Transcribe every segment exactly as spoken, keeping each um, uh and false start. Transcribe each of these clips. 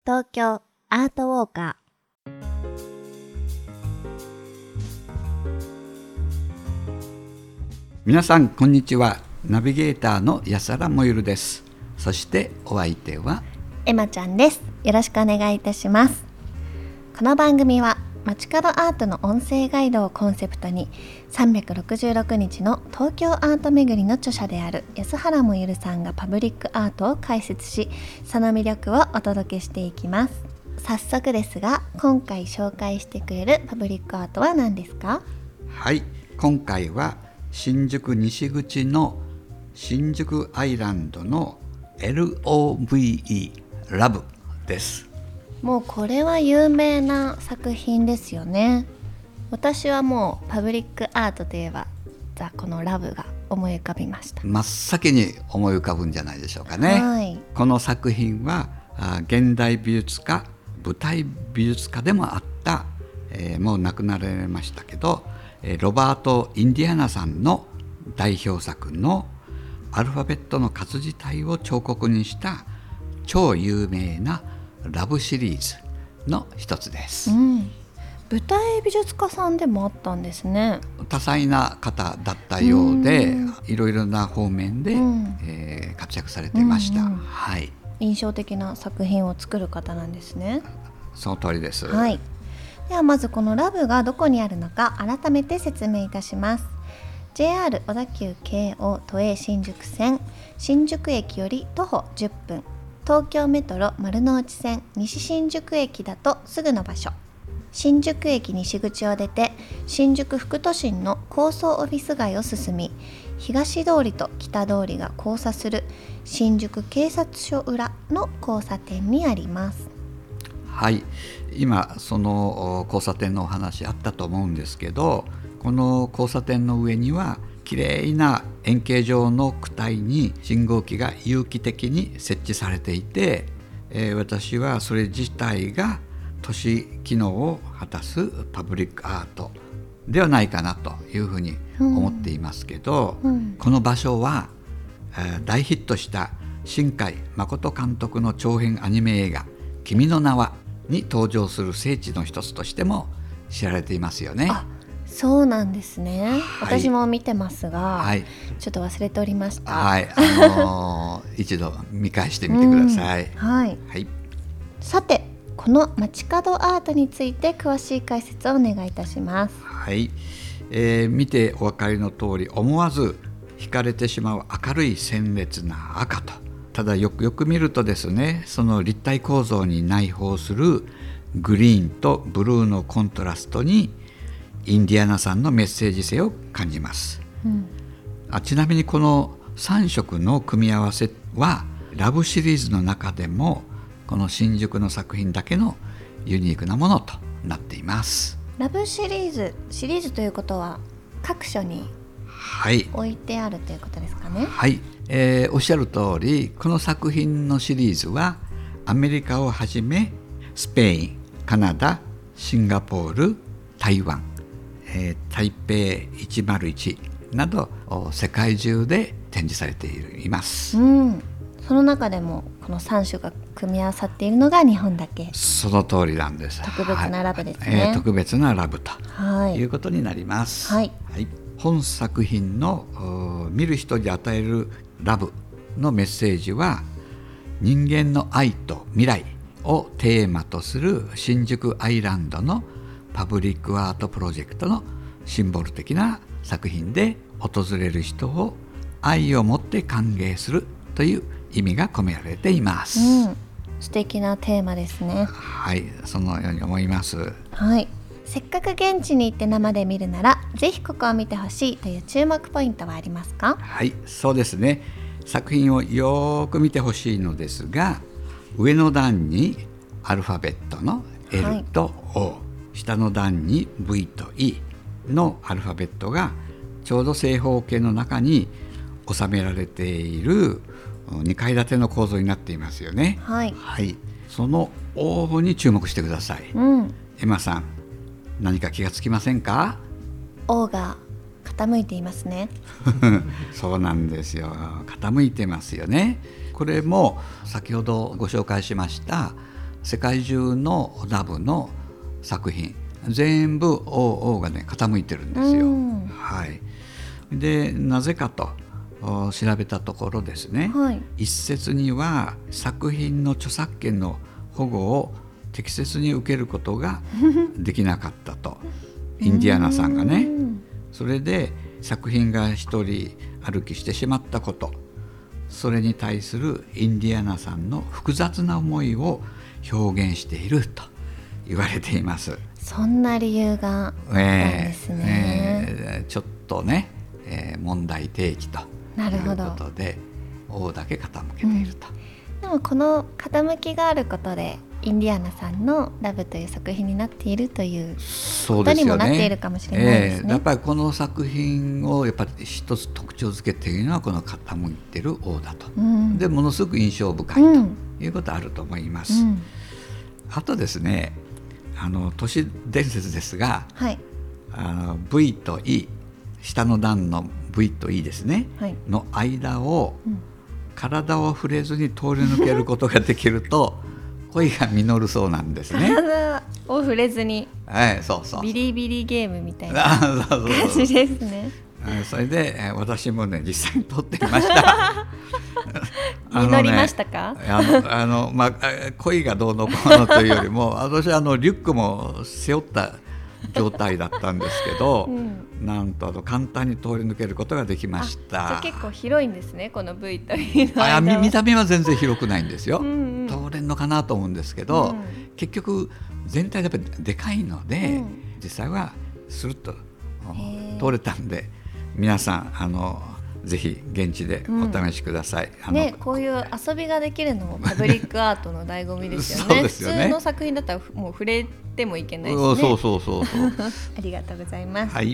東京アートウォーカー。 皆さんこんにちは。ナビゲーターの安原もゆるです。そしてお相手はエマちゃんです。よろしくお願いいたします。この番組は街角アートの音声ガイドをコンセプトにさんびゃくろくじゅうろくにちの東京アート巡りの著者である安原もゆるさんがパブリックアートを解説し、その魅力をお届けしていきます。早速ですが、今回紹介してくれるパブリックアートは何ですか？ はい、今回は新宿西口の新宿アイランドの エルオーブイイー ラブです。 もうこれは有名な作品ですよね。私はもうパブリックアートといえばザ・このラブが思い浮かびました。 真っ先に思い浮かぶんじゃないでしょうかね、 はい、 この作品は現代美術家、舞台美術家でもあった、えー、もう亡くなられましたけどロバート・インディアナさんの代表作のアルファベットの活字体を彫刻にした超有名なラブシリーズの一つです、 うん、舞台美術家さんでもあったんですね。 多彩な方だったようで、いろいろな方面で、うんえー、活躍されていました、うんうんはい、 印象的な作品を作る方なんですね。 その通りです、 はい、ではまずこのラブがどこにあるのか改めて説明いたします。 ジェイアール 小田急京王都営新宿線新宿駅より徒歩じゅっぷん、東京メトロ丸の内線西新宿駅だとすぐの場所。新宿駅西口を出て新宿副都心の高層オフィス街を進み、東通りと北通りが交差する新宿警察署裏の交差点にあります。 はい、今その交差点のお話あったと思うんですけど、この交差点の上にはきれいな円形状の躯体に信号機が有機的に設置されていて、えー、私はそれ自体が都市機能を果たすパブリックアートではないかなというふうに思っていますけど、うんうん、この場所は、えー、大ヒットした新海誠監督の長編アニメ映画君の名はに登場する聖地の一つとしても知られていますよね。 あ、そうなんですね、はい、私も見てますが、はい、ちょっと忘れておりました。 はい、あのー、一度見返してみてください、うんはいはい、さてこの街角アートについて詳しい解説をお願いいたします。 はい、えー、見てお分かりの通り思わず惹かれてしまう明るい鮮烈な赤と、ただよくよく見るとですね、その立体構造に内包するグリーンとブルーのコントラストにインディアナさんのメッセージ性を感じます、うん、あちなみにこのさん色の組み合わせはラブシリーズの中でもこの新宿の作品だけのユニークなものとなっています。 ラブシリーズシリーズということは各所に置いてあるということですかね。 はい、えー、おっしゃる通り、この作品のシリーズはアメリカをはじめスペイン、カナダ、シンガポール、台湾、えー、台北いちまるいちなど世界中で展示されています、 うん、その中でもこのさん種が組み合わさっているのが日本だけ。 その通りなんです。 特別なラブですね、 はいえー、特別なラブということになります、はいはい、本作品の見る人に与えるラブのメッセージは人間の愛と未来をテーマとする新宿アイランドのパブリックアートプロジェクトのシンボル的な作品で、訪れる人を愛を持って歓迎するという意味が込められています、うん、 素敵なテーマですね。 はい、そのように思います、 はい、せっかく現地に行って生で見るならぜひここを見てほしいという注目ポイントはありますか？ はい、そうですね、作品をよく見てほしいのですが、上の段にアルファベットの エル と オー、はい、下の段に ブイ と イー のアルファベットがちょうど正方形の中に収められているにかい建ての構造になっていますよね、 はいはい、その オー に注目してください、うん、エマさん何か気がつきませんか？ オー が傾いていますねそうなんですよ、傾いてますよね。これも先ほどご紹介しました世界中のラブの作品全部 オー がね傾いてるんですよ、はい、でなぜかと調べたところですね、はい、一説には作品の著作権の保護を適切に受けることができなかったとインディアナさんがね、それで作品が一人歩きしてしまったこと、それに対するインディアナさんの複雑な思いを表現していると言われています。 そんな理由があったんですね、 えーえー、ちょっとね、えー、問題提起ということで王だけ傾けていると、 うん、でもこの傾きがあることでインディアナさんのラブという作品になっているということにもなっているかもしれないですね。 えー、やっぱりこの作品をやっぱり一つ特徴づけているのはこの傾いている王だと、うん、でものすごく印象深いということあると思います、うん、あとですね、あの都市伝説ですが、はい、あの V と E 下の段の V と E ですね、はい、の間を、うん、体を触れずに通り抜けることができると恋が実るそうなんですね。 体を触れずに、 はい、そうそうビリビリゲームみたいな感じですね。 それで私もね実際に撮ってみました実りましたか？ あのあの、まあ、恋がどうのこうのというよりも私はあのリュックも背負った状態だったんですけど、うん、なんとあの簡単に通り抜けることができました。 じゃあ結構広いんですね、この V というのは。 あ、見た目は全然広くないんですよ。うん、うん、通れるのかなと思うんですけど、うん、結局全体でやっぱりでかいので、うん、実際はスルッと通れたんで、皆さんあのぜひ現地でお試しください、 うん、ね、こういう遊びができるのもパブリックアートの醍醐味ですよね。そうですよね。普通の作品だったらもう触れてもいけないしね。 そうそうそうそうありがとうございます、 はい、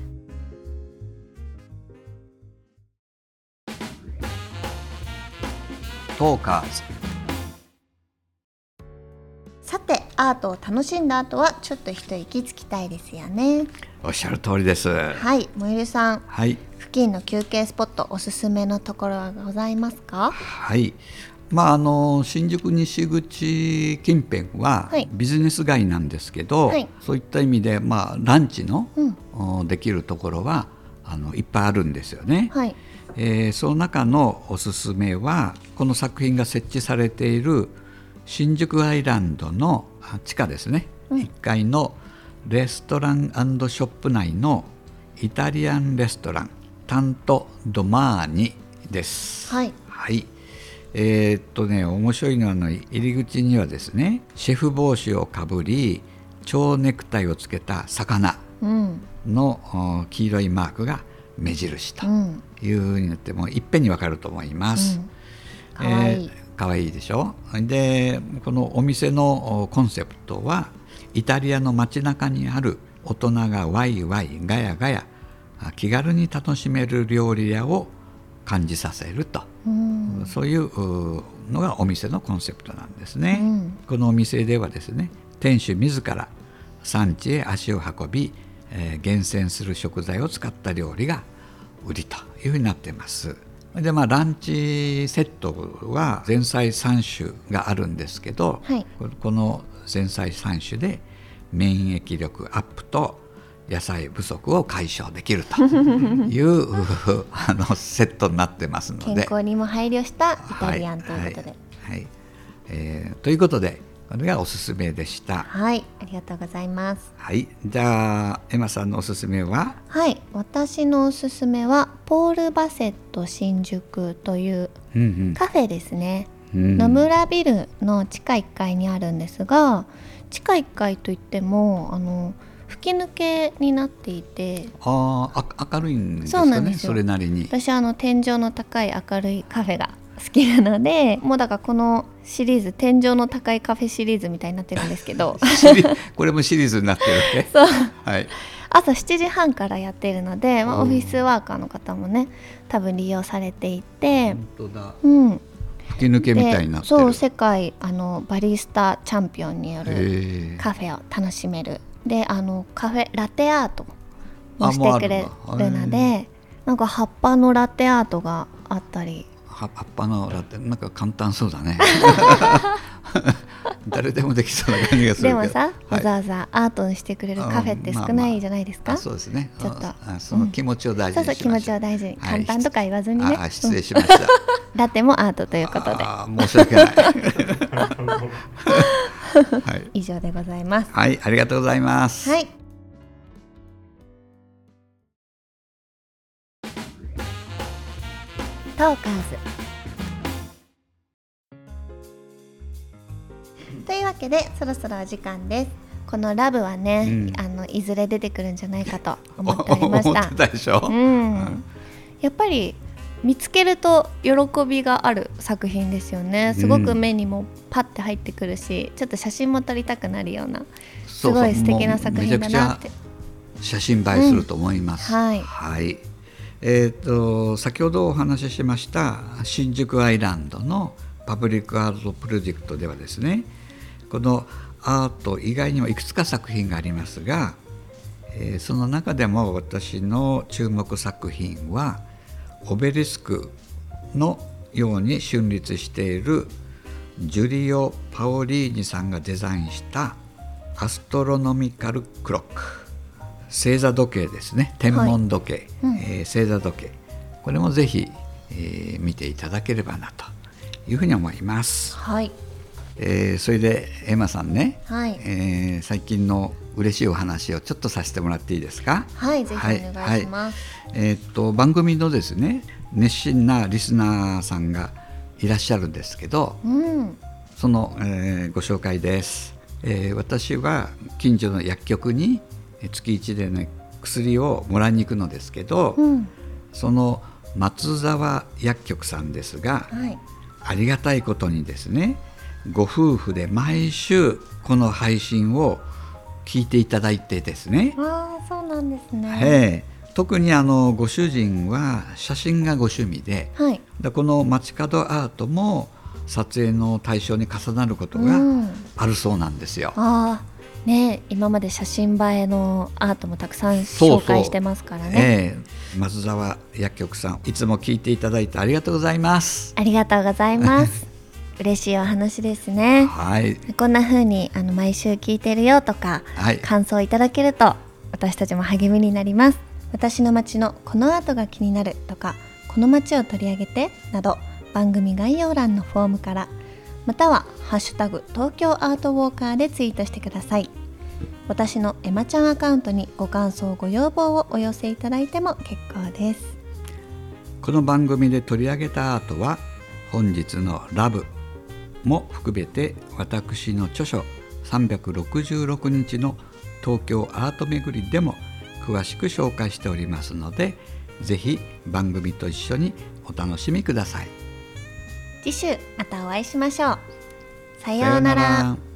トーカーズ。 さてアートを楽しんだ後はちょっと一息つきたいですよね。 おっしゃる通りです。 はい、もゆるさん、 はい、 付近の休憩スポットおすすめのところはございますか？ はい、まあ、あの新宿西口近辺はビジネス街なんですけど、はい、そういった意味で、まあ、ランチの、うん、できるところはあのいっぱいあるんですよね、はい、えー、その中のおすすめはこの作品が設置されている新宿アイランドの地下ですね、うん、いっかいのレストラン&ショップ内のイタリアンレストランタントドマーニです。はい、はい、えー、っとね面白いのはの入り口にはですね、シェフ帽子をかぶり蝶ネクタイをつけた魚の、うん、黄色いマークが目印というふうになってもういっぺんにわかると思います、うん、かわいい、えー、かわいいでしょ。でこのお店のコンセプトはイタリアの街中にある大人がワイワイガヤガヤ気軽に楽しめる料理屋を感じさせると、うん、そういうのがお店のコンセプトなんですね、うん、このお店ではですね、店主自ら産地へ足を運び、えー、厳選する食材を使った料理が売りというふうになっています。で、まあ、ランチセットは前菜さん種があるんですけど、はい、この前菜さん種で免疫力アップと野菜不足を解消できるというあのセットになってますので、 健康にも配慮したイタリアンということで、 はいはいはい、えー、ということでこれがおすすめでした。 はい、ありがとうございます。 はい、じゃあエマさんのおすすめは？ はい、私のおすすめはポール・バセット新宿というカフェですね、うんうん、野村ビルの地下いっかいにあるんですが、地下いっかいといってもあの吹き抜けになっていて、 ああ、明るいんですかね。そうなんですよ。それなりに私はあの天井の高い明るいカフェが好きなので、もうだからこのシリーズ天井の高いカフェシリーズみたいになってるんですけどこれもシリーズになってるねそう、 はい、 朝しちじはんからやってるので、まあ、オフィスワーカーの方もね多分利用されていて、 本当だ、 うん、 吹き抜けみたいになってる。 そう、世界あのバリスタチャンピオンによるカフェを楽しめる。で、あのカフェラテアートもしてくれるので、なんか葉っぱのラテアートがあったり、 葉っぱのラテなんか簡単そうだね誰でもできそうな感じがするけどでもさ、 はい、 わざわざアートにしてくれるカフェって少ないじゃないですか、 まあまあ、そうですね、 ちょっとあその気持ちを大事にしましょう、 そうそう気持ちを大事に、 はい、 簡単とか言わずにね、 あ失礼しました、うん、 ラテもアートということであ申し訳ない、はい、 以上でございます。 はい、ありがとうございます。 はい、トーカーズというわけでそろそろお時間です。このラブはね、うん、あのいずれ出てくるんじゃないかと思っておりました。 思ってたでしょ、 うんうん、やっぱり見つけると喜びがある作品ですよね。すごく目にもパッて入ってくるし、うん、ちょっと写真も撮りたくなるようなすごい素敵な作品だなって。 そうそう、めちゃくちゃ写真映えすると思います、 うん、はい、 はい、えー、と先ほどお話ししました新宿アイランドのパブリックアートプロジェクトではですね、このアート以外にもいくつか作品がありますが、えー、その中でも私の注目作品はオベリスクのように絢立しているジュリオ・パオリーニさんがデザインしたアストロノミカルクロック、星座時計ですね、天文時計、はい、えー、星座時計、これもぜひ、えー、見ていただければなというふうに思います。 はい、 えー、それでエマさんね、 はい、 えー、最近の嬉しいお話をちょっとさせてもらっていいですか。 はい、ぜひお願いします。はいはい、 えー、っと番組のですね熱心なリスナーさんがいらっしゃるんですけど、 うん、 その、えー、ご紹介です、えー、私は近所の薬局に月いちでね薬をもらいに行くのですけど、うん、その松沢薬局さんですが、はい、ありがたいことにですねご夫婦で毎週この配信を聞いていただいてですね、 ああ、そうなんですね、 えー、特にあのご主人は写真がご趣味で、はい、でこの街角アートも撮影の対象に重なることがあるそうなんですよ、 うん、あね、今まで写真映えのアートもたくさん紹介してますからね。 そうそう、えー、松沢薬局さん、いつも聞いていただいてありがとうございます。 ありがとうございます嬉しいお話ですね、 はい、 こんな風にあの毎週聞いてるよとか、はい、感想いただけると私たちも励みになります。私の街のこのアートが気になるとか、この街を取り上げてなど、番組概要欄のフォームから、またはハッシュタグ東京アートウォーカーでツイートしてください。私のエマちゃんアカウントにご感想ご要望をお寄せいただいても結構です。 この番組で取り上げたアートは本日のラブも含めて私の著書さんびゃくろくじゅうろくにちの東京アート巡りでも詳しく紹介しておりますので、ぜひ番組と一緒にお楽しみください。 次週またお会いしましょう。さようなら。